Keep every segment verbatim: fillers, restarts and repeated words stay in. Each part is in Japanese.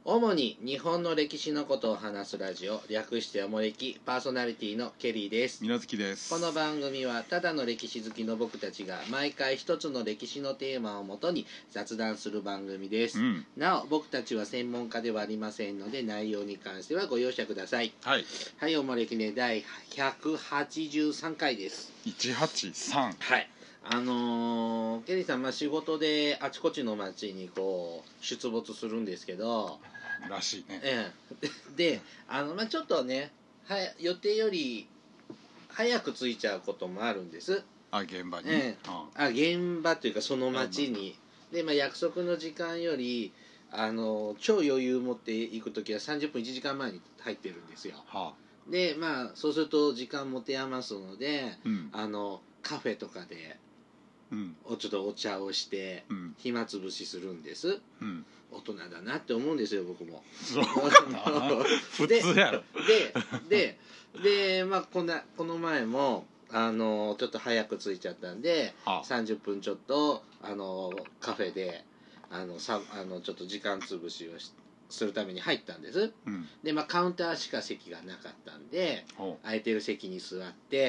主に日本の歴史のことを話すラジオ、略しておもれき、パーソナリティのケリーです。 みなずきです。 この番組はただの歴史好きの僕たちが毎回一つの歴史のテーマをもとに雑談する番組です、うん、なお僕たちは専門家ではありませんので内容に関してはご容赦ください。 はいはい、おもれきね第ひゃくはちじゅうさんかいです。 ひゃくはちじゅうさん。 はい、あのー、ケリーさん、まあ、仕事であちこちの町にこう出没するんですけどらしいね、 ええ、であの、まあ、ちょっとねは予定より早く着いちゃうこともあるんです。 あ現場に、 ええ、あ現場というかその町にで、まあ、約束の時間よりあの超余裕持って行くときはさんじゅっぷんいちじかんまえに入ってるんですよ、はあ、でまあそうすると時間持て余すので、うん、あのカフェとかで、うん、ちょっとお茶をして、うん、暇つぶしするんです、うん、大人だなって思うんですよ僕も。 そうかな普通やろ。 でででまあこんなこの前もあのちょっと早く着いちゃったんで、はあ、さんじゅっぷんちょっとあのカフェであのさあのちょっと時間つぶしをしするために入ったんです、うん、でまあカウンターしか席がなかったんで空いてる席に座って、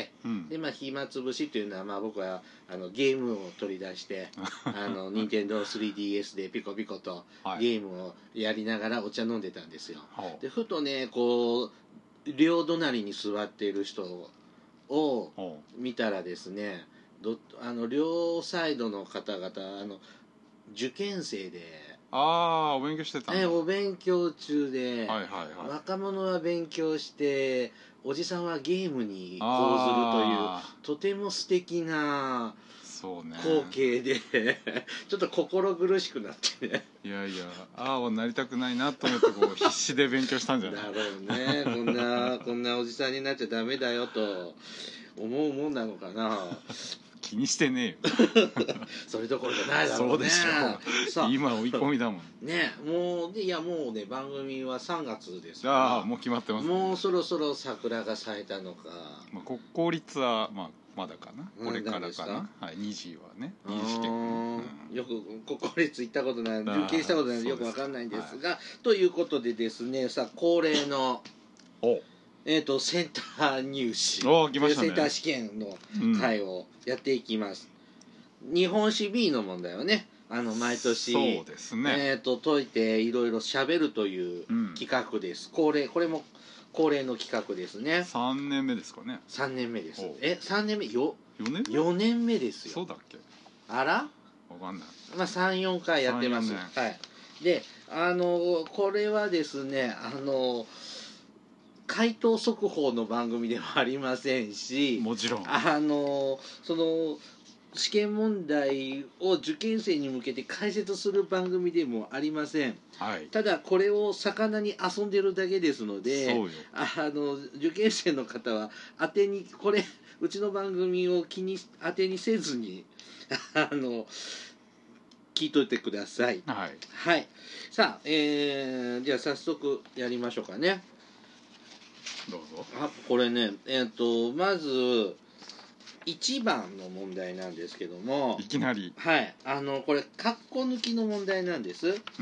うん、でまあ暇つぶしというのは、まあ、僕はあのゲームを取り出してあのニンテンドー スリーディーエス でピコピコとゲームをやりながらお茶飲んでたんですよ、はい、でふとねこう両隣に座っている人を見たらですね、どあの両サイドの方々あの受験生で、 ああお勉強してたんだ、 えお勉強中で、 はいはいはい、 若者は勉強しておじさんはゲームに講ずるというとても素敵な光景で、ね、ちょっと心苦しくなってね、 いやいやああなりたくないなと思ってこう必死で勉強したんじゃないだろうねこんなこんなおじさんになっちゃダメだよと思うもんなのかな気にしてねえよそれどころじゃないだろうね。 そうでしょ今追い込みだもんね。もうでいやもうね番組はさんがつですから、 ああもう決まってます、ね、 もうそろそろ桜が咲いたのか、 まあ、国公立はまあまだかな、これからかな、はい、にじはね、にじ試験、うん、 よく国公立行ったことない受験したことないのでよくわかんないんですが、はい、ということでですね、さ恒例のおえー、とセンター入試、 お来ましたね、 センター試験の回をやっていきます、うん、日本史 B の問題をねあの毎年そうですね、 えー、と解いていろいろしゃべるという企画です、うん、恒例これも恒例の企画ですね。 さんねんめですかね。 さんねんめです。えさんねんめよよねんめよねんめですよ。 そうだっけ、 あらわかんない、 まあ、さんよんかいやってます。はい、であのこれはですねあの回答速報の番組ではありませんし、 もちろんあのその試験問題を受験生に向けて解説する番組でもありません、はい、ただこれを魚に遊んでるだけですので、そうよあの受験生の方は当てにこれうちの番組を気に当てにせずにあの聞いといてください。はい、はい、さあ、えー、じゃあ早速やりましょうかね。 どうぞ。 あこれねえっ、ー、とまずいちばんの問題なんですけども、 いきなりはいあのこれカッコ抜きの問題なんです、うん、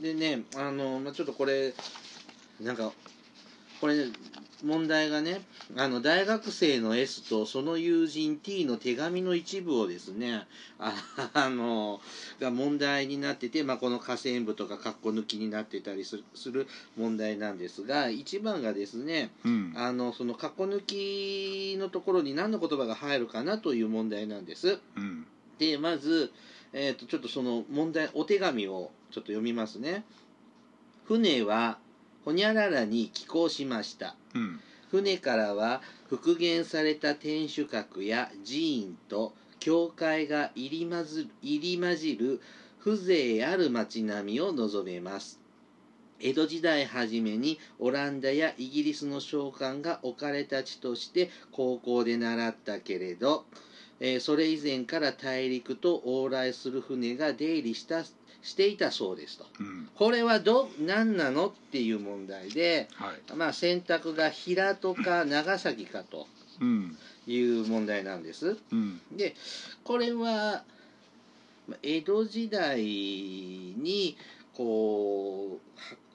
でねあの、まあ、ちょっとこれなんかこれ、ね、問題がねあの大学生の S とその友人 T の手紙の一部をですね あ, あのが問題になってて、まあ、この下線部とか括弧抜きになってたりす る, する問題なんですが、いちばんがですね、うん、あのその括弧抜きのところに何の言葉が入るかなという問題なんです、うん、でまず、えー、とちょっとその問題お手紙をちょっと読みますね。船はほにゃららに寄港しました、うん、船からは復元された天守閣や寺院と教会が入り混じる、入り混じる風情ある街並みを望めます。江戸時代初めにオランダやイギリスの商館が置かれた地として高校で習ったけれど、えー、それ以前から大陸と往来する船が出入りしたしていたそうですと、うん、これはど何なのっていう問題で、はい、まあ、選択が平戸か長崎かという問題なんです、うん、でこれは江戸時代にこう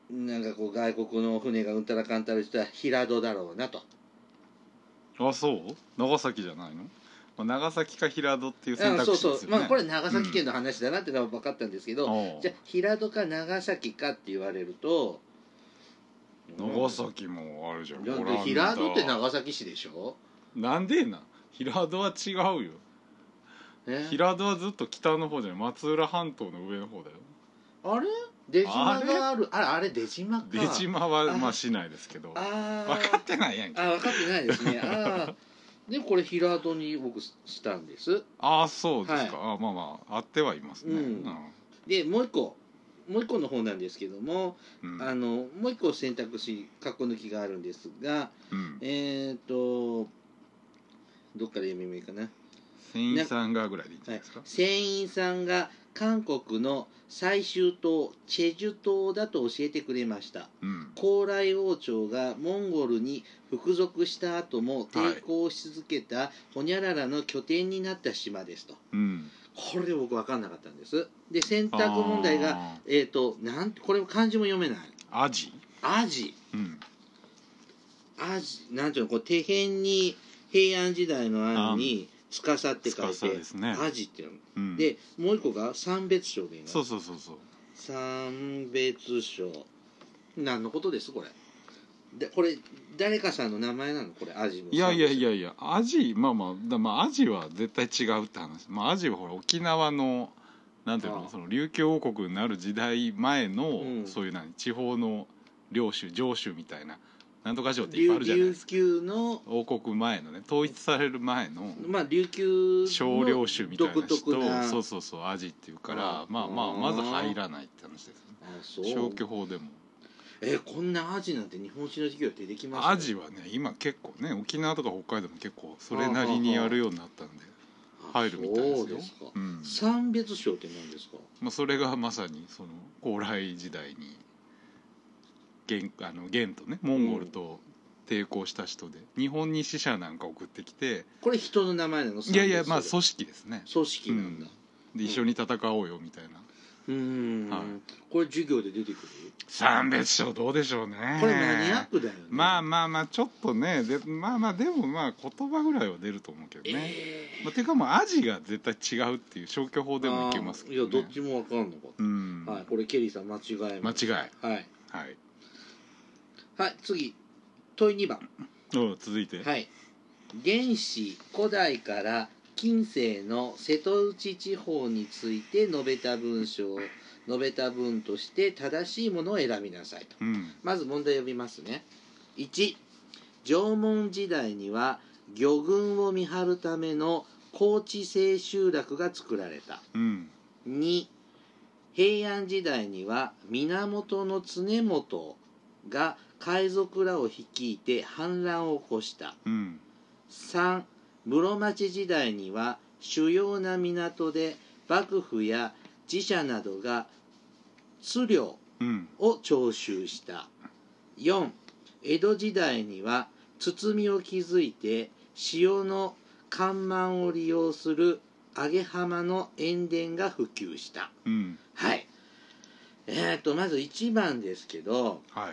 なんかこう外国の船がうんたらかんたらしたら平戸だろうなと。 あ、そう長崎じゃないの、まあ、長崎か平戸っていう選択肢ですよね。 そうそう、まあこれ長崎県の話だなってのは分かったんですけど、 うん、 じゃあ平戸か長崎かって言われると長崎もあるじゃん。 なんで平戸って長崎市でしょ。 なんでな、平戸は違うよ。平戸はずっと北の方じゃない、松浦半島の上の方だよ。 あれ出島がある、あれあれ出島か。 出島はまあ市内ですけど、 あ分かってないやんけ。 あ分かってないですね。あでこれ平戸に僕したんです。 ああそうですか、はい、あまあまああってはいますね、うんうん、 でもう一個もう一個の方なんですけども、うん、あのもう一個選択肢括弧抜きがあるんですが、うん、えっ、ー、とどっから読みもいいかな。 船員さんがぐらいでいいんじゃないですか。 はい、船員さんが韓国の最終島チェジュ島だと教えてくれました、うん、高麗王朝がモンゴルに服属した後も抵抗し続けたホニャララの拠点になった島ですと、うん、これ僕分かんなかったんです。で選択問題がえっ、ー、となんこれ漢字も読めない。 アジアジ、うん、アジなんていうの、こう手辺に平安時代の案に司って書いて、ね、アジっていうの、うん、でもう一個が三別称で、 そうそうそうそう、 三別称何のことですこれ。でこれ誰かさんの名前なのこれアジの。 いやいやいやいやアジまあまあだまあアジは絶対違うって話。まあアジはほら沖縄のなんていうの、ああその琉球王国になる時代前の、うん、そういう何地方の領主城主みたいななんとか城っていっぱいあるじゃないですか。 琉球の王国前のね統一される前のまあ琉球小領主みたいな人、 独特なそうそうそうアジっていうからまあまあまず入らないって話ですね。あそう消去法でもえこんなアジなんて日本史の授業出てきました、 ね、アジはね今結構ね沖縄とか北海道も結構それなりにやるようになったんで入るみたいですよ。そうですか、うん、 三別称って何ですか。 まあそれがまさにその高麗時代に元あの元とねモンゴルと抵抗した人で、うん、日本に死者なんか送ってきてこれ人の名前なの。 いやいやまあ組織ですね。 組織なんだ、 うん、で一緒に戦おうよみたいな。 うん、はい、これ授業で出てくる。 三別称どうでしょうね。 これマニアックだよね。 まあまあまあちょっとねでまあまあでもまあ言葉ぐらいは出ると思うけどね、えーまあ、ていうかもうアジが絶対違うっていう消去法でもいけますけど、ね、 いやどっちも分かんのか、うんはい、これケリーさん間違い間違いはいはい、はい、次問いにばんお続いてはい原始古代から近世の瀬戸内地方について述べた文章を述べた文として正しいものを選びなさいと、うん、まず問題を読みますね。いち縄文時代には魚群を見張るための高地制集落が作られた、うん、に平安時代には源経元が海賊らを率いて反乱を起こした、うん、さん室町時代には主要な港で幕府や寺社などが津料を徴収した、うん、よん江戸時代には堤を築いて潮の干満を利用する揚浜の塩田が普及した、うん、はいえーとまずいちばんですけど、はい、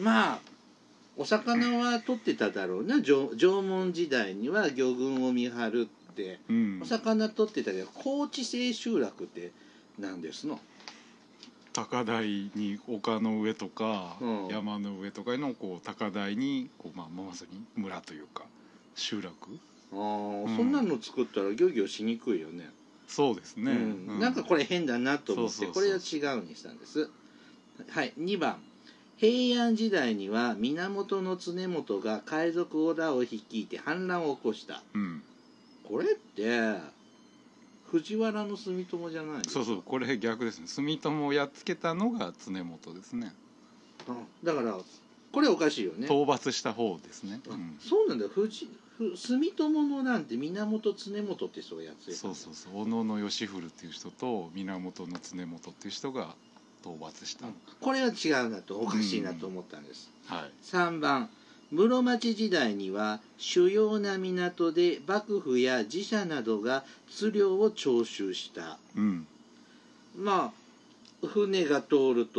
まあお魚は取ってただろうな。 縄, 縄文時代には魚群を見張るって、うん、お魚取ってたけど高地制集落って何ですの。 高台に丘の上とか、うん、山の上とかのこう高台にこう、まあ、まさに村というか集落あ、うん、そんなの作ったら漁業しにくいよね。 そうですね、 うんうん、なんかこれ変だなと思ってこれは違うにしたんです。はいにばん平安時代には源経元が海賊らを率いて反乱を起こした、うん、これって藤原の住友じゃないですか。 そうそうこれ逆ですね。住友をやっつけたのが経元ですね。 あだからこれおかしいよね。 討伐した方ですね、 うん、そうなんだよ。藤住友のなんて源経元って人がやっつけた。 そうそうそう小野義古っていう人と源経元っていう人が討伐した、うん、 これは違うなとおかしいなと思ったんです、 うんはい、 さんばん室町時代には主要な港で幕府や寺社などが津料を徴収した、うん、まあ船が通ると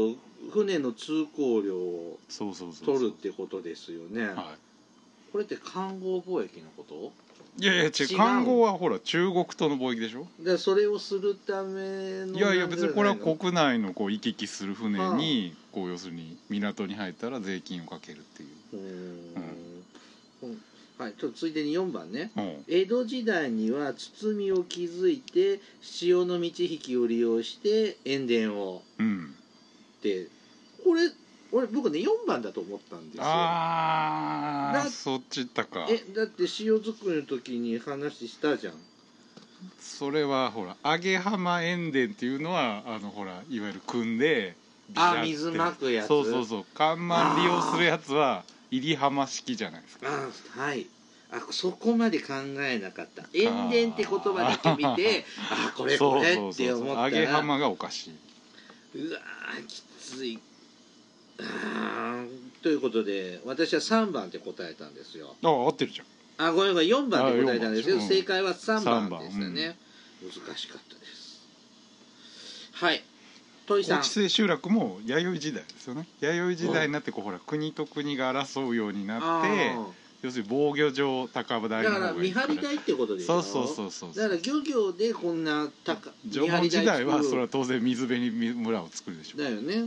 船の通行料をそうそうそうそう取るってことですよね。 はい、 これって環合貿易のこと？ いやいや違う、環合はほら中国との貿易でしょ。 でそれをするためのいやいや別にこれは国内のこう行き来する船に、はあ、こう要するに港に入ったら税金をかけるっていう。うーん、うん、はい、ちょっとついでによんばんね、 うん、 江戸時代には堤を築いて潮の満ち引きを利用して塩田を、うん、ってこれ俺僕ねよんばんだと思ったんですよ。 ああそっち行ったか。 えだって塩作りの時に話したじゃん。 それはほら揚げ浜塩田っていうのはあのほらいわゆる組んであ水まくやつ。 そうそうそう、看板利用するやつは入浜式じゃないですか。 あはい、あそこまで考えなかった。塩田って言葉だけ見てあこれこれって思ったら揚げ浜がおかしい。 うわきつい。あということで私はさんばんって答えたんですよ。 あ合ってるじゃん。 あごめんごめんよんばんで答えたんですけど、うん、正解はさんばんでしたね、うん、難しかったです。はい土井さん、 越生集落も弥生時代ですよね。弥生時代になってこうほら国と国が争うようになって要するに防御上高台の方がいいから、 だから見張り台ってことでしょ。 そうそうそうそうだから漁業でこんな高縄文時代はそれは当然水辺に村を作るでしょ。 だよね、うん、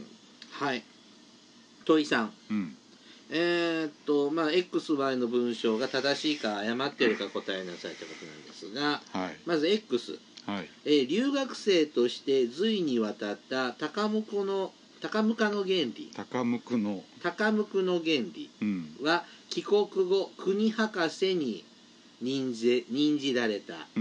はい土井さん、うん、えー、っとまあ エックスワイ の文章が正しいか誤ってるか答えなさいってことなんですが、はい、まず X、はいえー、留学生として隋に渡った高向の高向の原理高向の高向の原理は、うん、帰国後国博士に任じ、任じられた、うん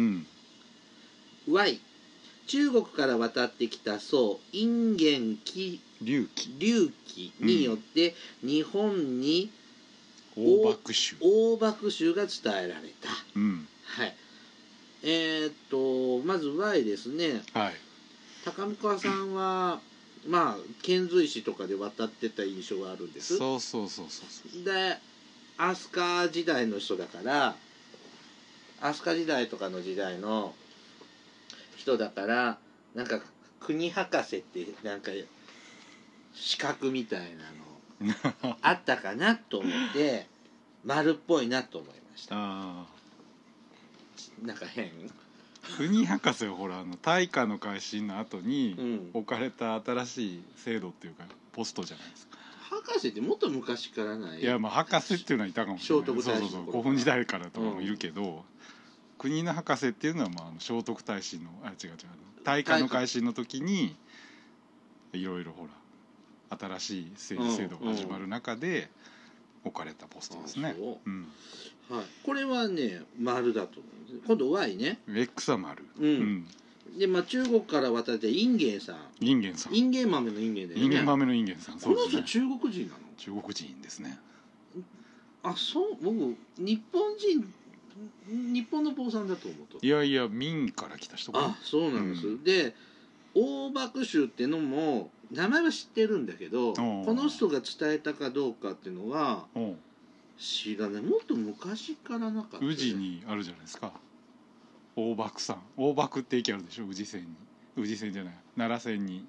、Y 中国から渡ってきた宋隠元記隆起隆起によって日本に大麦酒大麦酒が伝えられた、うんはいえー、っとまず Y ですね、はい、高向さんはまあ遣隋使とかで渡ってた印象があるんです。 そうそうそうそうで飛鳥時代の人だから飛鳥時代とかの時代の人だからなんか国博士ってなんか資格みたいなのあったかなと思って丸っぽいなと思いました。あなんか変国博士はほらあの大化の改新の後に置かれた新しい制度っていうかポストじゃないですか。 博士ってもっと昔からない？ いやまあ博士っていうのはいたかもしれない。聖徳太子の頃そうそうそう古墳時代からとかもいるけど、うん、国の博士っていうのはまあ聖徳太子のあ違う違う大化の改新の時にいろいろほら新しい政治制度が始まる中で置かれたポストですね。うん、 はい、これはね丸だと思うんです。今度 Y ね。 X は丸。 うん。うん、でまあ中国から渡ってインゲンさん。 インゲンさん。 インゲン豆のインゲンだよね。 インゲン豆のインゲンさん。 そうですね、この人中国人なの？ 中国人ですね。 あそう僕日本人日本の坊さんだと思うと。 いやいや明から来た人かな。 あそうなんです。うん、で大麦酒ってのも名前は知ってるんだけどこの人が伝えたかどうかっていうのは知らない。もっと昔からなかった、ね、 宇治にあるじゃないですか大麦山。大麦って駅あるでしょ宇治線に。宇治線じゃない奈良線に。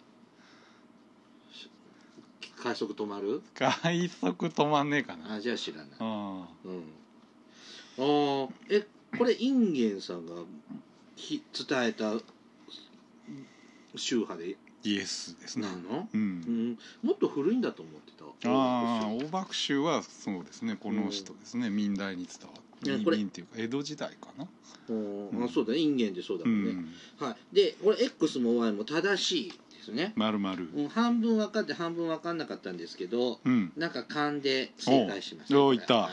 快速止まる？ 快速止まんねえかな。 あじゃあ知らない。あ、うん、あえこれインゲンさんがひ伝えた宗派でイエスですね。 なの、うんうん、もっと古いんだと思ってた。 ああ大麦酒はそうですねこの人ですね、うん、明代に伝わって明っていうか江戸時代かな。 うん、あそうだねインゲンでそうだもんね、うん、はい、でこれ X も Y も正しいですね。 丸々、 うん、半分分かって半分分かんなかったんですけど、うん、なんか勘で正解しました。 おおいった、はい、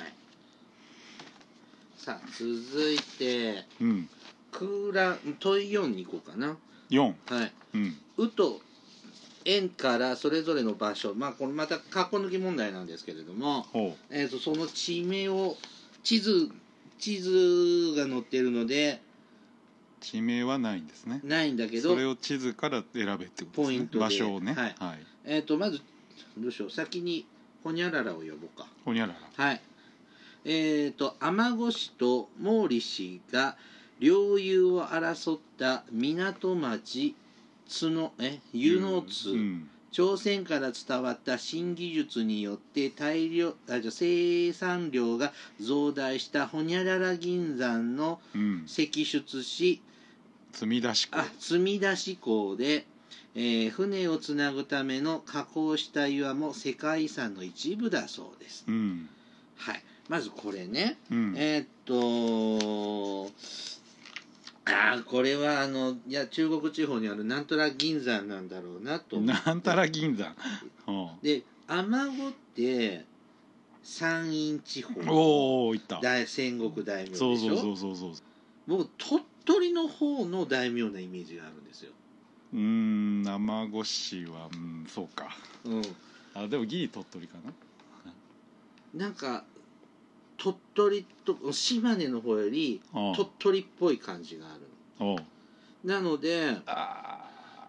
さあ続いて、うん、空欄問いよんに行こうかな。 よんはい、うん、うと円からそれぞれの場所、まあこれまた括弧抜き問題なんですけれども、えー、とその地名を地図地図が載っているので地名はないんですね。 ないんだけどそれを地図から選べってことですね。 ポイントで場所をね、 はいはい、えー、とまずどうしよう先にホニャララを呼ぼうか。 ホニャララはいえー、と天子氏と毛利氏が領有を争った港町津のえ湯の津朝鮮から伝わった新技術によって大量あじゃ生産量が増大したホニャララ銀山の析出し、 うん、積み出し港あ積み出し港で、えー、船をつなぐための加工した岩も世界遺産の一部だそうです、 うん、 はい、まずこれね、 うん、 えー、っとあこれはあのいや中国地方にあるなんとら銀山なんだろうなとなんたら銀山で尼子って山陰地方おおいった大戦国大名でしょ。 そうそうそうそう僕鳥取の方の大名なイメージがあるんですよ。 うーん尼子市は、うん、そうか、 うん、 あでもギリ鳥取かな。なんか鳥取と島根の方よりな鳥取っぽい感じがある。 おなのであ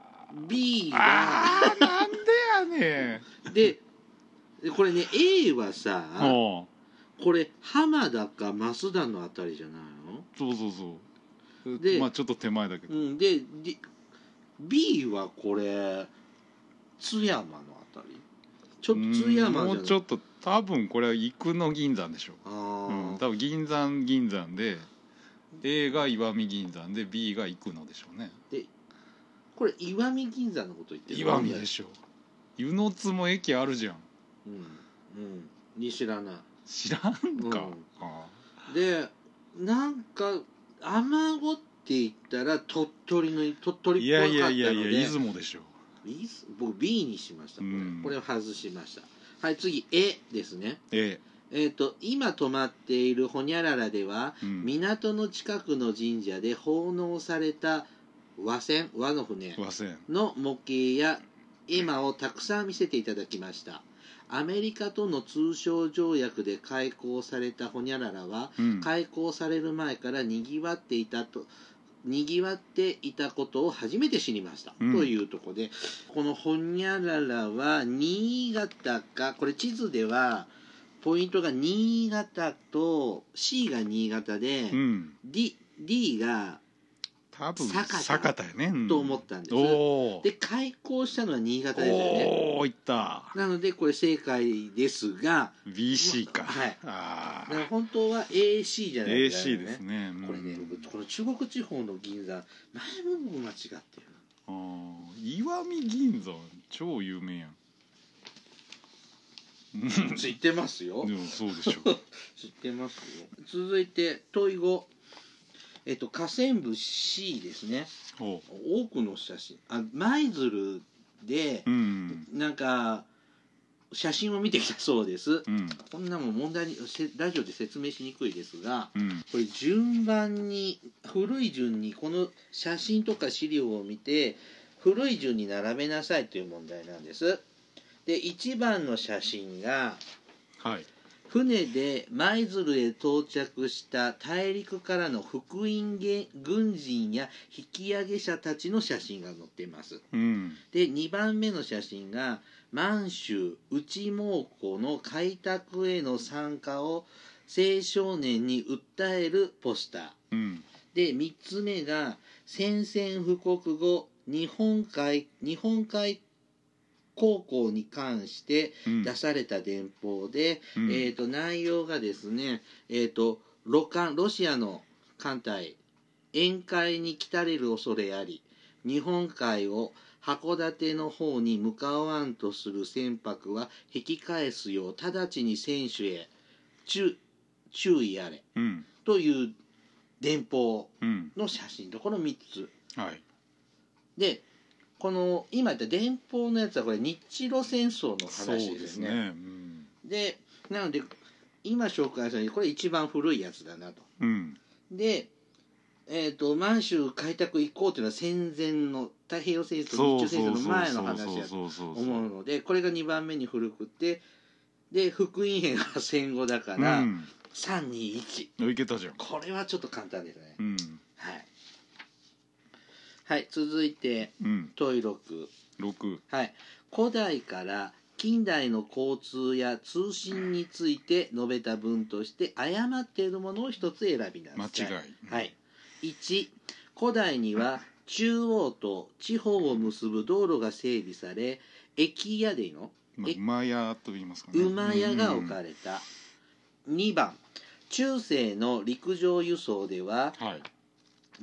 B あはーなんでやねんでこれね A はさおこれ浜田か増田のあたりじゃないの。 そうそうそうでまあちょっと手前だけど、 うん、で B はこれ津山のあたりちょっと津山じゃない。 もうちょっと多分これは生野銀山でしょ。 あ、 うん、多分銀山銀山で A が石見銀山で B が生野でしょうね。でこれ石見銀山のこと言ってる石見でしょ。湯の津も駅あるじゃん。 うんうんに知らない。 知らんか、うん、 あでなんか尼子って言ったら鳥取の鳥取っぽかったので、いやいやいやいや出雲でしょ。 僕 B にしましたこれ、うん、これを外しました。はい次 A ですね。 A えー、と今泊まっているホニャララでは、うん、港の近くの神社で奉納された和船和の船の模型や絵馬をたくさん見せていただきました。アメリカとの通商条約で開港されたホニャララは、うん、開港される前からにぎわっていたとにぎわっていたことを初めて知りました、うん、というところでこのホニャララは新潟かこれ地図ではポイントが新潟と C が新潟で、うん、D, D が多分酒田やね、うん、 と思ったんです。で開港したのは新潟ですよね。 おーいった。 なのでこれ正解ですがビーシー か、 はい、 あだから本当は エーシー じゃないですか、ね、 エーシー ですね、うん、 これねこの中国地方の銀座前も僕間違ってる。 あ石見銀山超有名やん知ってますよ。 でもそうでしょ知ってますよ。続いて問いご、えっと河川部 C ですね。多くの写真あ舞鶴で、うん、なんか写真を見てきたそうです、うん、こんなもん問題にラジオで説明しにくいですが、うん、これ順番に古い順にこの写真とか資料を見て古い順に並べなさいという問題なんです。でいちばんの写真が、はい、船で舞鶴へ到着した大陸からの福音軍人や引き上げ者たちの写真が載っています、うん、でにばんめの写真が満州内蒙古の開拓への参加を青少年に訴えるポスター、うん、でみっつめが宣戦布告後日本海日本海航行に関して出された電報で、うん、えー、と内容がですね、えー、とロ艦ロシアの艦隊沿海に来たれる恐れあり日本海を函館の方に向かわんとする船舶は引き返すよう直ちに船首へ注意あれ、うん、という電報の写真とこのみっつ、はい、でこの今言った電報のやつはこれ日露戦争の話ですね。そうですね、うん、でなので今紹介したようにこれ一番古いやつだなと、うん、で、えーと、満州開拓行こうというのは戦前の太平洋戦争日中戦争の前の話だと思うのでこれがにばんめに古くてで福音兵が戦後だから、うん、さんにいちいけたじゃん。 これはちょっと簡単ですね、うん、はいはい、続いて、うん、問いろく、 ろく、 はい、古代から近代の交通や通信について述べた文として誤っているものを一つ選びなさい。 間違い、 はい、いち古代には中央と地方を結ぶ道路が整備され駅屋でいいの、 まあ、馬屋と言いますかね。 馬屋が置かれた、うん、にばん中世の陸上輸送では、はい、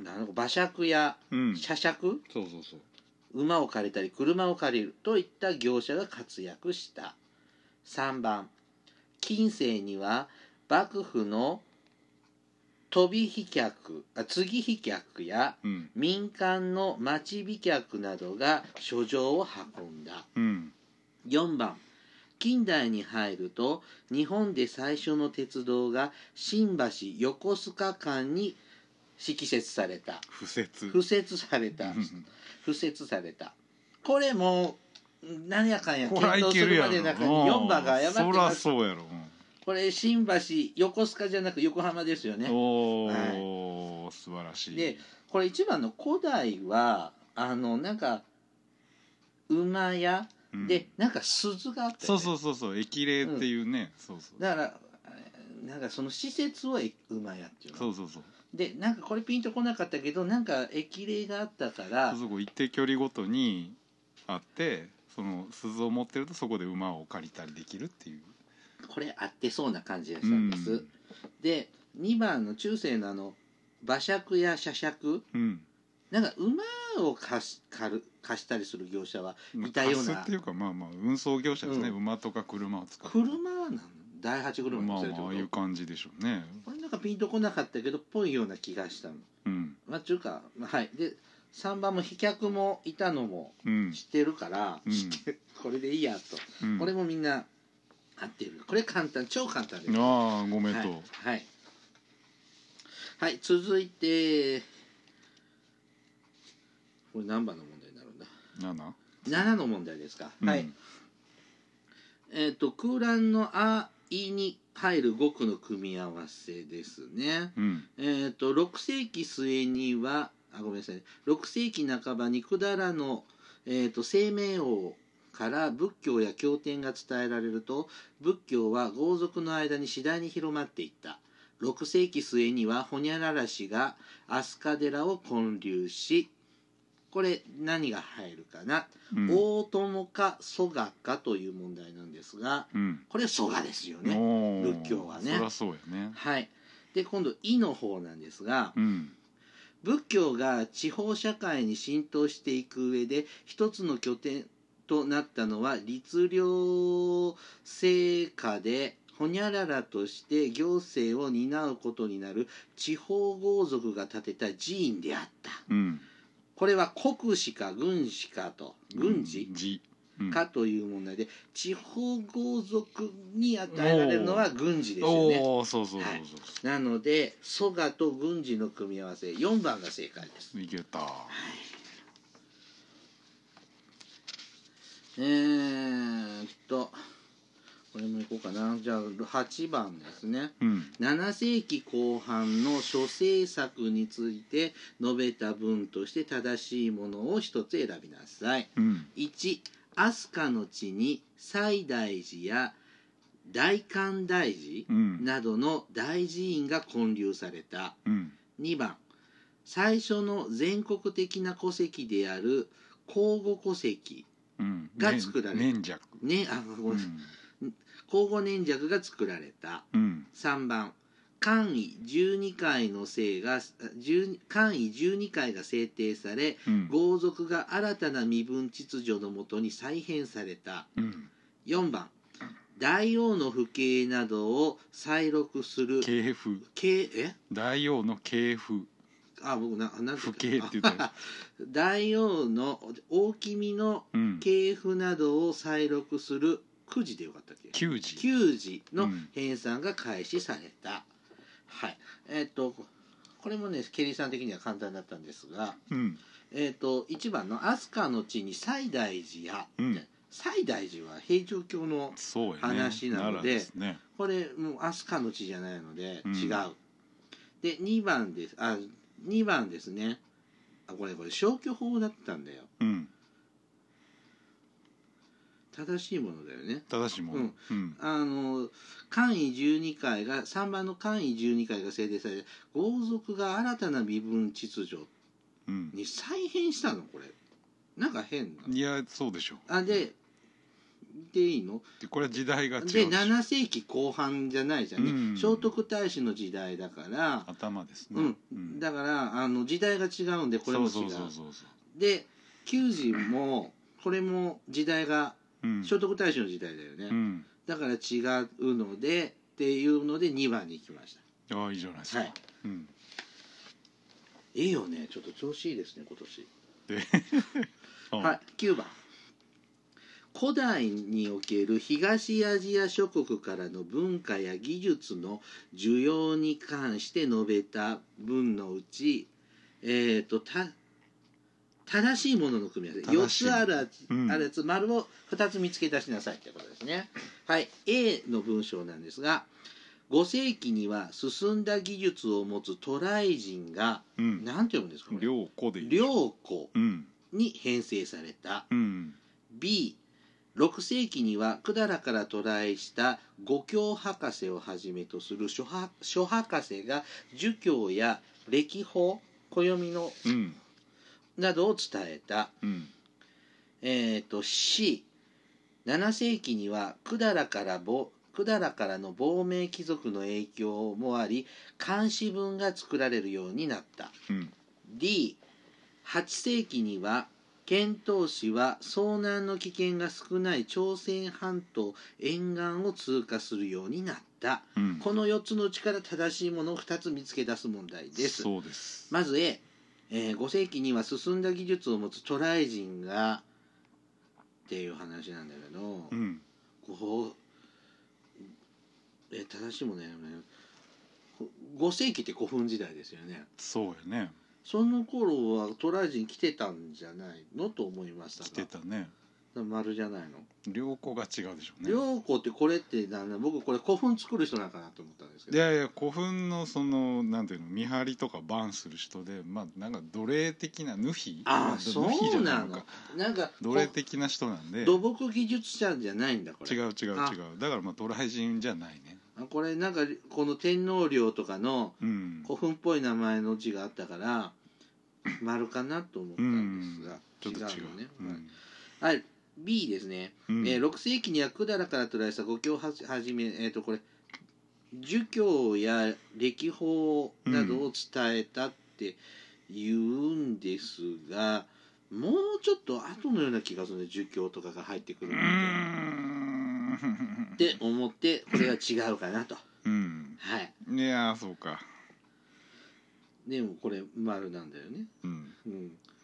なんか馬借や車借、うん、そうそうそう馬を借りたり車を借りるといった業者が活躍した。さんばん近世には幕府の飛び飛脚あ継飛脚や、うん、民間の町飛脚などが書状を運んだ、うん、よんばん近代に入ると日本で最初の鉄道が新橋横須賀間に敷設された。 敷設敷設された敷設された。これも何やかんや検討するまでの中によんばんが誤ってます。 そらそうやろ。 これ新橋横須賀じゃなく横浜ですよね。 おお、はい、素晴らしい。 でこれいちばんの古代はあのなんか馬屋で、うん、なんか鈴があったよね。 そうそうそうそう駅霊っていうね、うん、そうそうだからなんかその施設を馬屋っていうの。 そうそうそうでなんかこれピンとこなかったけどなんか駅霊があったからそうそう一定距離ごとにあってその鈴を持ってるとそこで馬を借りたりできるっていう。 これ合ってそうな感じがしたんです、うん、でにばんの中世のあの馬借や車借、うん、なんか馬を貸し、借る貸したりする業者はいたような、 貸すっていうかまあまあ運送業者ですね、うん、馬とか車を使う。 車は何だいはち車まあまあああいう感じでしょうね。 これなんかピンとこなかったけどっぽいような気がしたの、うん、まあちゅうか、まあ、はいでさんばんも飛脚もいたのも知ってるから、うん、知ってこれでいいやと、うん、これもみんな合ってる。これ簡単超簡単です。 ああごめんと、 はいはい、はい、続いてこれ何番の問題になるんだ。 なな? ななの問題ですか、うん、はいえっ、ー、と空欄のあいに入る語句の組み合わせですね、うん、えっ、ー、とろくせいき末にはあごめんなさいろくせいきなかばに百済の、えー、と清明王から仏教や経典が伝えられると仏教は豪族の間に次第に広まっていった。ろくせいき末にはホニャララ氏が飛鳥寺を建立し、これ何が入るかな、うん、大友か蘇我かという問題なんですが、うん、これ蘇我ですよね仏教はね。 そりゃそうやね。 はい。で今度意の方なんですが、うん、仏教が地方社会に浸透していく上で一つの拠点となったのは律令制下でホニャララとして行政を担うことになる地方豪族が建てた寺院であった、うん、これは国司か軍司かと軍事、うん、かという問題で地方豪族に与えられるのは軍事ですよね。 おそうそうそうそう、はい、 なので蘇我と軍事の組み合わせよんばんが正解です。 いけた、はいえーっとこれもいこうかな。じゃあはちばんですね、うん、ななせいきこう半の諸政策について述べた文として正しいものを一つ選びなさい、うん、いち飛鳥の地に西大寺や大観大寺などの大寺院が建立された、うん、にばん最初の全国的な戸籍である庚午戸籍が作られた、 うん、年尺、 ね、あごめんなさい、うん庚午年尺が作られた、うん、さんばん官位じゅうにかいの制が官位じゅうにかいが制定され、うん、豪族が新たな身分秩序のもとに再編された、うん、よんばん大王の父兄などを再録する系譜系え大王の系譜あ僕ななんて父兄って言った大王の大君の系譜などを再録するくじでよかったっけきゅうじきゅうじの編纂が開始された、うん、はいえっ、ー、とこれもねケリーさん的には簡単だったんですが、うん、えっ、ー、といちばんの飛鳥の地に西大寺や、うん、西大寺は平城京の話なの で, で、ね、これもう飛鳥の地じゃないので違う、うん、でにばんですあにばんですねあこれこれ消去法だったんだよ、うん正しいものだよね。 正しいもの。うんうん、あの官位じゅうにかいがさんばんの官位じゅうにかいが制定されて豪族が新たな身分秩序に再編したのこれなんか変な。 いやそうでしょう。 あででいいの？ でこれは時代が違うでななせいきこう半じゃないじゃんね、うん、聖徳太子の時代だから頭ですね、 うんうん、だからあの時代が違うんでこれも違う。そうそうそうそうで求人もこれも時代が聖徳太子の時代だよね、うん、だから違うのでっていうのでにばんに行きました。 ああいいじゃないですか、はいうん、 いいよね。ちょっと調子いいですね今年はい、きゅうばん古代における東アジア諸国からの文化や技術の需要に関して述べた文のうち、えーと、た正しいものの組み合わせよっつあるやつ、うん、あるやつ丸をふたつ見つけ出しなさいってことですね。はい、A の文章なんですが、ごせいきには進んだ技術を持つ渡来人が、うん、なんて読むんですかこれ？ 領古でいい領古に編成された、うん、Bろくせいきには百済から渡来した五教博士をはじめとする諸博士が儒教や歴法暦の、うん、などを伝えた、うんえー、と C ななせいきには百済から百済からの亡命貴族の影響もあり漢詩文が作られるようになった、うん、D はちせいきには遣唐使は遭難の危険が少ない朝鮮半島沿岸を通過するようになった、うん、このよっつのうちから正しいものをふたつ見つけ出す問題です。 そうです。 まず A、えー、ごせいきには進んだ技術を持つ渡来人がっていう話なんだけど、うん、こうえ正しいものやねごせいきって古墳時代ですよね。 そうよね。 その頃は渡来人来てたんじゃないのと思いましたが。 来てたね。 丸じゃないの。 領古が違うでしょうね。 領古ってこれってなんだ僕これ古墳作る人なんかなと思ったんですけど。 いやいや古墳のそのなんていうの見張りとかバンする人でまあなんか奴隷的なヌヒああそうなの。 なんか奴隷的な人なんで。 土木技術者じゃないんだこれ。 違う違う違う。だからまあ渡来人じゃないね。 これなんかこの天皇陵とかの古墳っぽい名前の字があったから。丸かなと思ったんですが、 うん、ちょっと違う違うのね、うん、はい、B ですね、うんえー、ろくせいきには百済から渡来した五教をはじめ、えー、とこれ儒教や歴法などを伝えたって言うんですが、うん、もうちょっと後のような気がするね儒教とかが入ってくるのでって思ってこれは違うかなと、 うん、 はいいやそうかでもこれ丸なんだよね。 うんうん、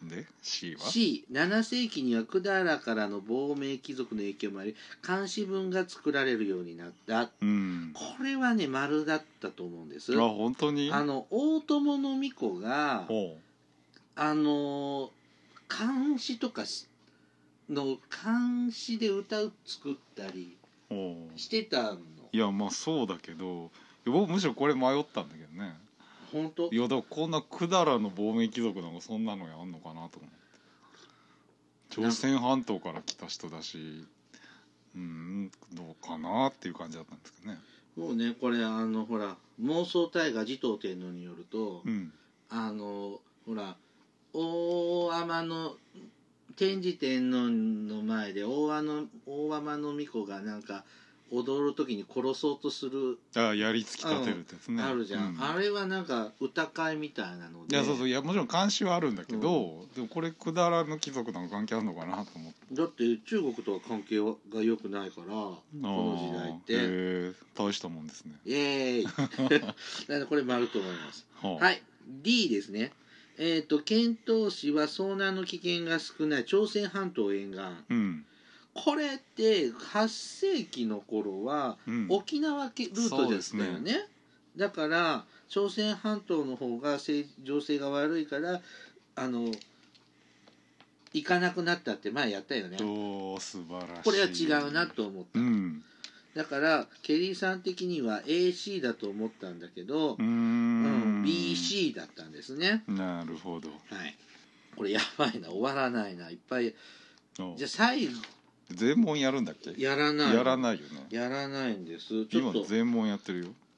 で C は C ななせいきには百済からの亡命貴族の影響もあり漢詩文が作られるようになった、うん、これはね丸だったと思うんです。 あ本当にあの大友の巫女があの漢詩とかの漢詩で歌を作ったりしてたの。 いやまあそうだけど僕むしろこれ迷ったんだけどね。 本当いやだからこんな百済の亡命貴族なんかそんなのやんのかなと思って朝鮮半島から来た人だしうんどうかなっていう感じだったんですけどね。 もうねこれあのほら妄想大河持統天皇によると、うん、あのほら大海人の天智天皇の前で大海の大海人巫女がなんか踊る時に殺そうとするあやりつき立てるってやつね、 あるじゃん、うん、あれはなんか歌会みたいなのでいやそうそういやもちろん監視はあるんだけど、うん、でもこれ百済の貴族なんか関係あるのかなと思ってだって中国とは関係が良くないからこの時代ってへえ大したもんですねイエーイなんでこれ丸と思います、はあ、はい D ですねえっ、ー、と遣唐使は遭難の危険が少ない朝鮮半島沿岸、うんこれってはっせいきの頃は沖縄ルートでしたよね、うんね、だから朝鮮半島の方が情勢が悪いからあの行かなくなったって前やったよね。 お素晴らしい。 これは違うなと思った、うん、だからケリーさん的には エーシー だと思ったんだけどうーん、うん、ビーシー だったんですね。 なるほど、 はい、これやばいな終わらないないっぱいじゃあ最後全問やるんだっけ？ やらないやらないよね。 やらないんです。 ちょっと今全問やってるよ。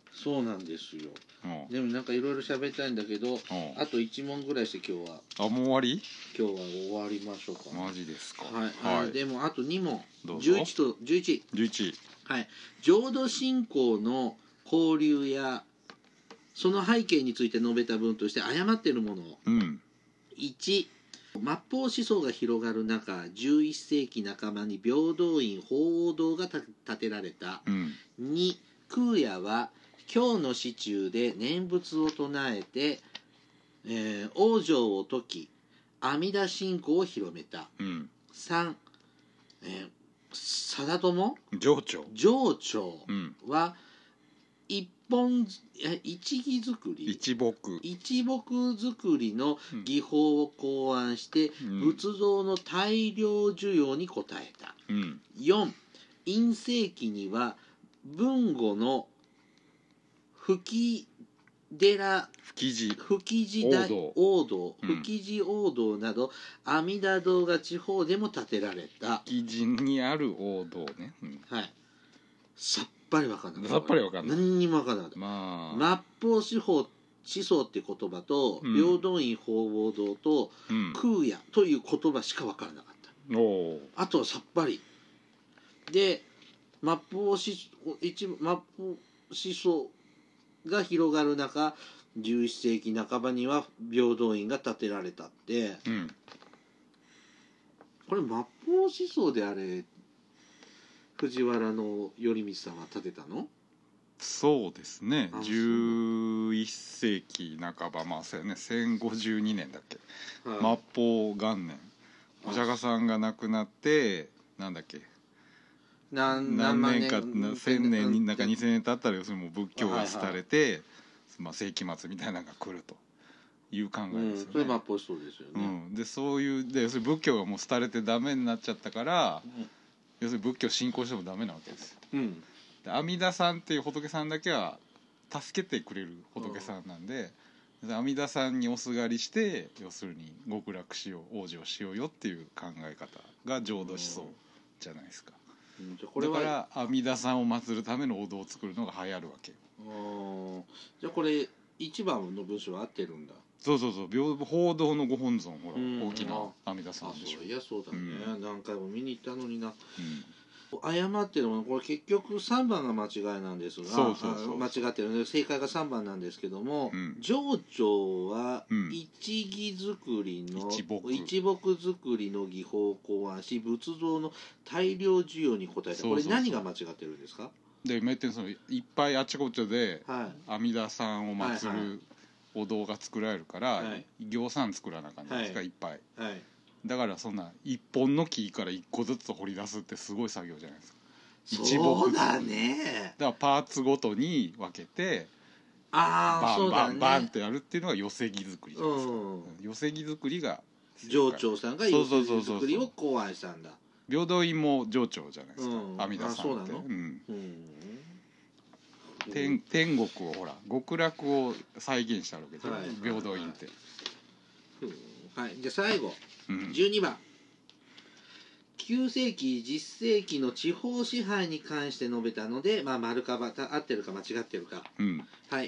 そうなんですよ。 うんでもなんかいろいろ喋りたいんだけど、 うんあといち問ぐらいして今日はあもう終わり？ 今日は終わりましょうか。 マジですか。 はい、 はい、 あでもあとに問。 どうぞ。 じゅういちとじゅういち。 じゅういち。 はい。浄土信仰の交流やその背景について述べた文として誤っているものを。 うん。 いち、末法思想が広がる中、じゅういっ世紀半ばに平等院鳳凰堂が建てられた。 うん。 に、空也は京の市中で念仏を唱えて、えー、往生を説き阿弥陀信仰を広めた。 うん。 さん、えー、貞友情緒情緒うんは一本え一木作り一木一木作りの技法を考案して、 うん仏像の大量需要に応えた。 うんよん、院世紀には文後の吹寺吹地吹地大王王道うん吹地王道など阿弥陀堂が地方でも建てられた。 吹地にある王道ね、うん、 はい。さっぱりわかんない。 さっぱりわかんない。 何にもわかんなかった。 まあ末法司法思想っていう言葉と、 うん平等院鳳凰堂と、 うん空也という言葉しかわからなかった。 おーあとはさっぱりで末法思一末法思想が広がる中、じゅういっ世紀半ばには平等院が建てられたって、 うんこれ末法思想であれ藤原の頼光さんは建てたの？ そうですねあじゅういっ世紀半ばまあそうやねせんごじゅうにねんだっけ、 はい末法元年お釈迦さんが亡くなってなんだっけ何何年か何千年になんかうんにせんねん経ったら要するにもう仏教が廃れて、まあ、世紀末みたいなのが来るという考えですよね、 うん、それ末法思想ですよね、 うん、でそういうで要するに仏教がもう廃れてダメになっちゃったから、 うん、 要するに仏教信仰してもダメなわけですよ。 うんで阿弥陀さんっていう仏さんだけは助けてくれる仏さんなんで、うん、阿弥陀さんにおすがりして要するに極楽しよう往生しようよっていう考え方が浄土思想じゃないですか、 うん、じゃこれはだから阿弥陀さんを祀るためのお堂を作るのが流行るわけよ。 あじゃあこれ一番の文章は合ってるんだ。 そうそうそう平報道のご本尊ほら、 うん、 大きな阿弥陀さんでしょ。 あそういやそうだね、 うん、 何回も見に行ったのにな、 うん誤ってるものこれ結局さんばんが間違いなんですが、 そうそうそう間違ってるので正解がさんばんなんですけども、 うん情緒はうん一木作りの、 一木一木作りの技法を考案し仏像の大量需要に応えた。 そうそうそうこれ何が間違ってるんですか？ で今言ってるそのいっぱいあちこちでは阿弥陀さんを祀はいはるお堂が作られるから、 はい行さん作らなあかんじゃないですか、 はいいっぱい。 いはいだからそんな一本の木から一個ずつ掘り出すってすごい作業じゃないですか。一そうだ木作りね。 だからパーツごとに分けてああバンそうだね。 バンバンってやるっていうのが寄せ木作りじゃないですか、 うん寄せ木作りが上長さんがそう寄せそうそうそう作りを考案したんだ。 平等院も上長じゃないですか、 うん阿弥陀さんって。 あそうなのうんうん天, 天国をほら極楽を再現したわけで、 はい平等院って、 うんはい、じゃあ最後うんじゅうにばんきゅう世紀じゅっ世紀の地方支配に関して述べたので、まあ、丸かばた合ってるか間違ってるか。 うんはい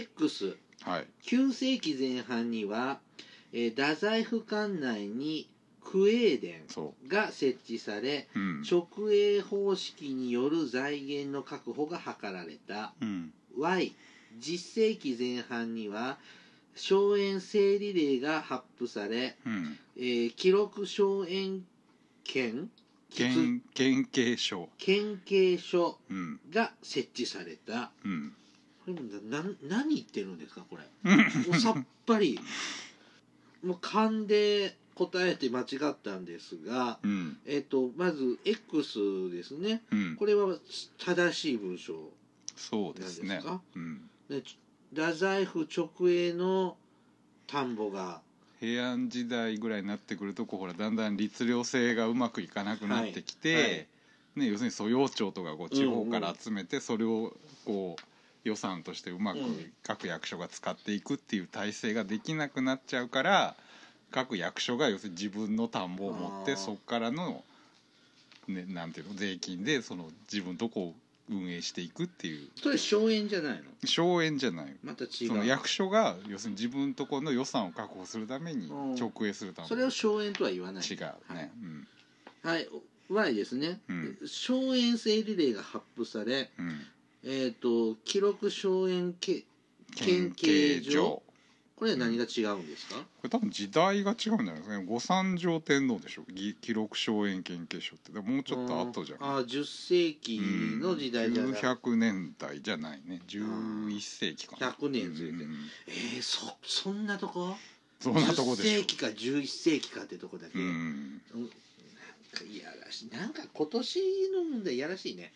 X はいきゅう世紀前半には、えー、太宰府管内に区営殿そが設置されう、うん直営方式による財源の確保が図られた。 うん Y じゅっ世紀前半には荘園整理令が発布され、 うんえー記録荘園権県県警所県警所うんが設置された。 うんこれなな何言ってるんですかこれ。もうさっぱりもう勘で答えて間違ったんですが、 うんえっとまず X ですね。 うんこれは正しい文章そうですねなんですかうんで太宰府直営の田んぼが平安時代ぐらいになってくるとこうほらだんだん律令制がうまくいかなくなってきて、 はいはいね、要するに素養庁とかこう地方から集めてそれをこう予算としてうまく各役所が使っていくっていう体制ができなくなっちゃうから各役所が要するに自分の田んぼを持ってあーそこからの、ね、なんていうの税金でその自分とこ運営していくっていう。 それ荘園じゃないの？ 荘園じゃない。 また違う。 その役所が要するに自分のところの予算を確保するために、直営するために。 それを荘園とは言わない。 違うね。 はい、 うんはい、Y ですね。荘園制リレーが発布され、うん、えっ、ー、と記録荘園県警所。これは何が違うんですか？これ多分時代が違うんじゃないですかね。御三条天皇でしょ、記録荘園県警所って。もうちょっと後じゃない。 ああ、じゅっせいきの時代じゃない、 きゅうひゃくねんだいじゃないね、じゅういっせいきかな。 ひゃくねんずれて、うん、えー、そそんなとこ？ そんなとこでしょ。 じゅっせいきかじゅういっせいきかってとこだけ、うん、なんかいやらしい。なんか今年の問題いやらしいね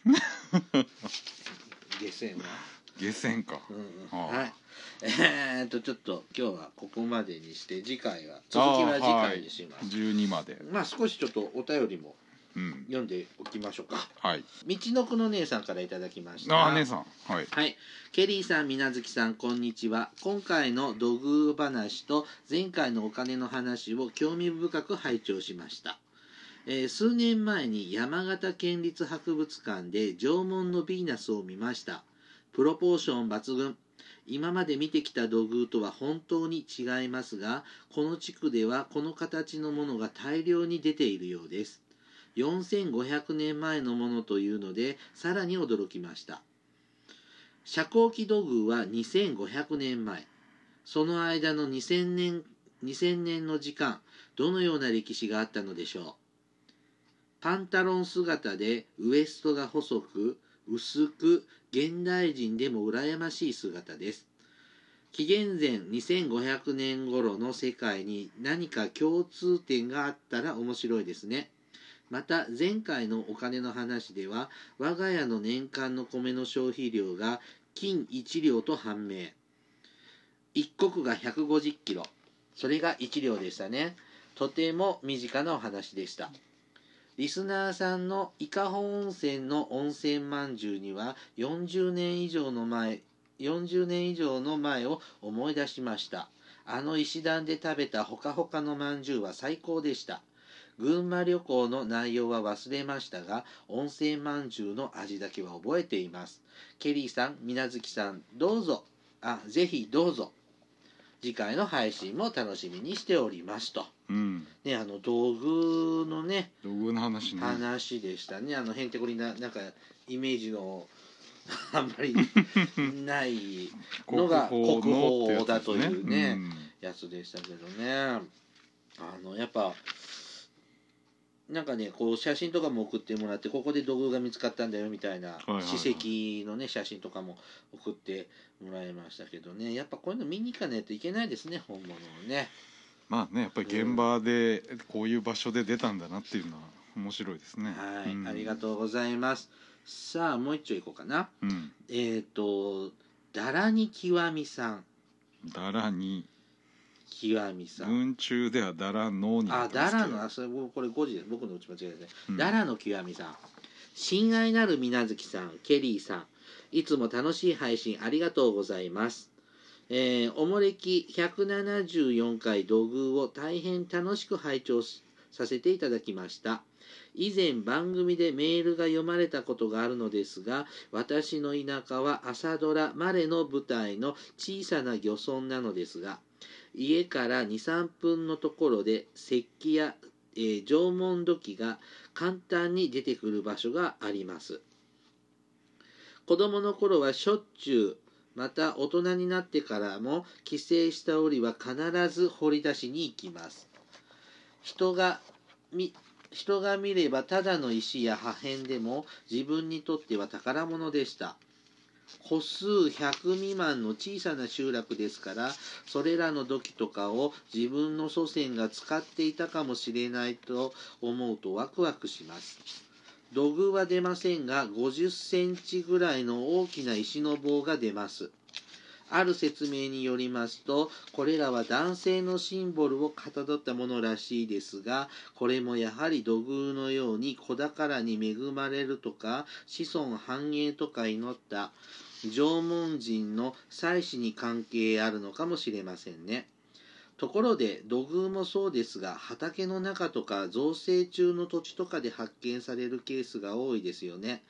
下船は下船か、 うん、はい。えー、っとちょっと今日はここまでにして、次回は続きは次回にします。 はい、じゅうにまで。 まあ少しちょっとお便りも読んでおきましょうか。 はい。 道のくの姉さんからいただきました。 あ、姉さん。はい。 はい。ケリーさん、みなずきさん、こんにちは。今回の土偶話と前回のお金の話を興味深く拝聴しました。えー、数年前に山形県立博物館で縄文のヴィーナスを見ました。プロポーション抜群。今まで見てきた土偶とは本当に違いますが、この地区ではこの形のものが大量に出ているようです。よんせんごひゃくねんまえのものというので、さらに驚きました。遮光器土偶はにせんごひゃくねんまえ。その間のにせんねん、にせんねんの時間、どのような歴史があったのでしょう。パンタロン姿でウエストが細く、薄く、現代人でも羨ましい姿です。紀元前にせんごひゃくねん頃の世界に何か共通点があったら面白いですね。また前回のお金の話では、我が家の年間の米の消費量が金いちりょうと判明。一石がひゃくごじゅっキロ。それがいちりょうでしたね。とても身近なお話でした。リスナーさんの伊香保温泉の温泉まんじゅうにはよんじゅうねん以上の前、よんじゅうねん以上の前を思い出しました。あの石段で食べたほかほかのまんじゅうは最高でした。群馬旅行の内容は忘れましたが、温泉まんじゅうの味だけは覚えています。ケリーさん、みなずきさん、どうぞ、あ、ぜひどうぞ。次回の配信も楽しみにしておりますと。うん、ね、あの道具のね、 道具の話ね、 話でしたね。あのへんてこりな、なんかイメージのあんまりないのが国宝だというね、うん、やつでしたけどね。あのやっぱなんかね、こう写真とかも送ってもらって、ここで土偶が見つかったんだよみたいな史跡のね写真とかも送ってもらいましたけどね。やっぱこういうの見に行かないといけないですね、本物をね。 まあね、やっぱり現場でこういう場所で出たんだなっていうのは面白いですね。 はい、うん、ありがとうございます。さあもう一丁いこうかな。うん、えっ、ー、とだらにきわみさん。 だらにきわみさん。 文中ではだらのになってますけど。 あ、だらの、あ、それこれごじです。僕の打ち間違いですね。うん、だらのきわみさん。親愛なるみなずきさん、ケリーさん、いつも楽しい配信ありがとうございます。えー、おもれきひゃくななじゅうよんかい土偶を大変楽しく拝聴させていただきました。以前番組でメールが読まれたことがあるのですが、私の田舎は朝ドラマレの舞台の小さな漁村なのですが、家からに、さんぷんのところで石器や、えー、縄文土器が簡単に出てくる場所があります。子供の頃はしょっちゅう、また大人になってからも帰省した折は必ず掘り出しに行きます。人が見人が見ればただの石や破片でも自分にとっては宝物でした。戸数ひゃくみまんの小さな集落ですから、それらの土器とかを自分の祖先が使っていたかもしれないと思うとワクワクします。土偶は出ませんが、ごじゅっセンチぐらいの大きな石の棒が出ます。ある説明によりますと、これらは男性のシンボルをかたどったものらしいですが、これもやはり土偶のように子宝に恵まれるとか、子孫繁栄とか祈った縄文人の祭祀に関係あるのかもしれませんね。ところで土偶もそうですが、畑の中とか造成中の土地とかで発見されるケースが多いですよね。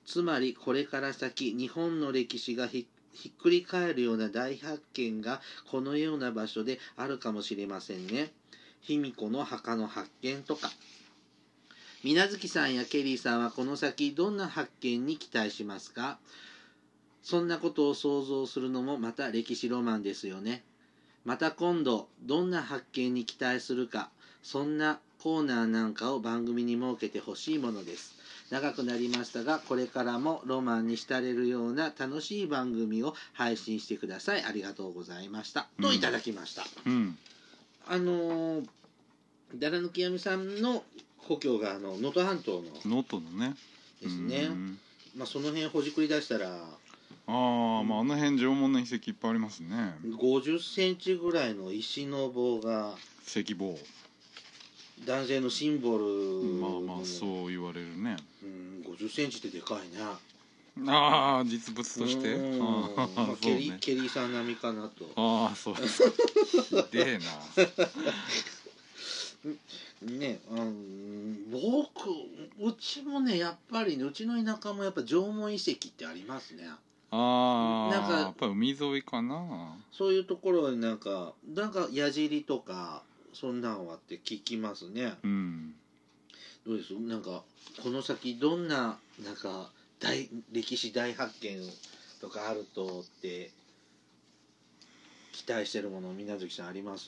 つまりこれから先日本の歴史がひひっくり返るような大発見がこのような場所であるかもしれませんね。卑弥呼の墓の発見とか。水無月さんやケリーさんはこの先どんな発見に期待しますか？そんなことを想像するのもまた歴史ロマンですよね。また今度どんな発見に期待するか、そんなコーナーなんかを番組に設けてほしいものです。長くなりましたが、これからもロマンに浸れるような楽しい番組を配信してください。ありがとうございました、うん、といただきました、 うん、 あのだらぬきやみさんの故郷が能登半島の能登のねですね、うん、まあ、その辺ほじくり出したらあ、 あ、まあ、あの辺縄文の遺跡いっぱいありますね。 ごじゅっセンチぐらいの石の棒が石棒、 男性のシンボル、 まあまあそう言われるね。 うん、ごじゅっセンチってでかいね。 ああ、実物として、 まあ、ケリー、ケリーさん並みかなと。 ああ、そうですか。ひでえな。 ね、あの僕うちもね、やっぱり、ね、うちの田舎もやっぱ縄文遺跡ってありますね。 ああ、なんかやっぱ海沿いかな。 そういうところになんかなんか矢尻とかそんなんはって聞きますね。 うん。 どうです？なんかこの先どんななんか大歴史大発見とかあるとって期待してるもの、水無月さんあります？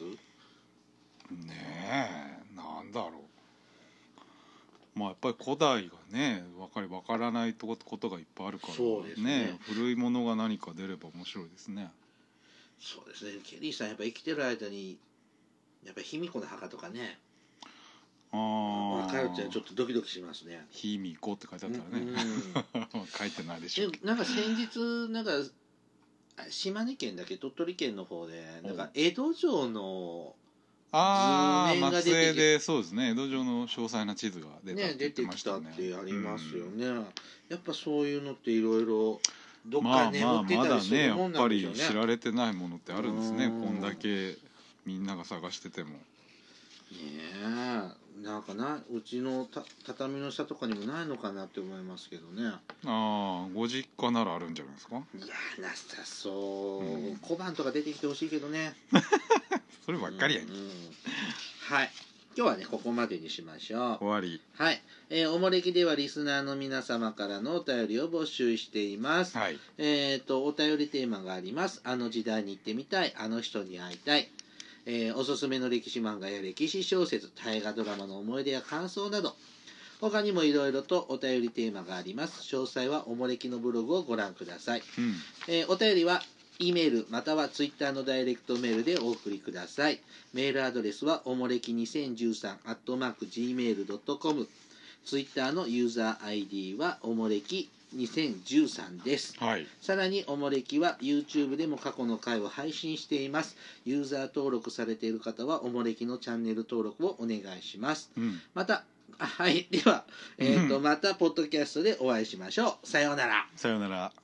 ねえ、なんだろう。まあやっぱり古代がね、分かり分からないことがいっぱいあるから、 そうですね、 ね、古いものが何か出れば面白いですね。 そうですね。ケリーさんやっぱ生きてる間にやっぱ卑弥呼の墓とかね、あ分かるってちょっとドキドキしますね。 卑弥呼って書いてあったらね、うん、書いてないでしょうけど。 なんか先日なんか島根県だけ鳥取県の方でなんか江戸城のああ、松江でそうですね、江戸城の詳細な地図が出たって言ってましたね。 ね、出てきたってありますよね、うん、やっぱそういうのっていろいろどっか眠ってたりするもんなんでしょうね。まあまあまだね、やっぱり知られてないものってあるんですね、こんだけみんなが探してても。ねえ、なんかな、うちのた畳の下とかにもないのかなって思いますけどね。ああ、ご実家ならあるんじゃないですか。 いや、なさそう、うん、小判とか出てきてほしいけどね。 そればっかりやん、うんうん、 はい、今日はねここまでにしましょう。 終わり。 はい、えー、おもれきではリスナーの皆様からのお便りを募集しています、 はい、 えーとお便りテーマがあります。あの時代に行ってみたい、あの人に会いたい、えー、おすすめの歴史漫画や歴史小説、大河ドラマの思い出や感想など、他にもいろいろとお便りテーマがあります。詳細はおもれきのブログをご覧ください、うん、えー、お便りは E メールまたはツイッターのダイレクトメールでお送りください。メールアドレスはおもれきにせんじゅうさん アットマーク ジーメール ドットコム、 ツイッターのユーザー アイディー はおもれきにせんじゅうさんです、はい、さらにおもれきは YouTube でも過去の回を配信しています。ユーザー登録されている方はおもれきのチャンネル登録をお願いします、うん、またはい、では、えーと、またポッドキャストでお会いしましょう。さようなら。 さようなら。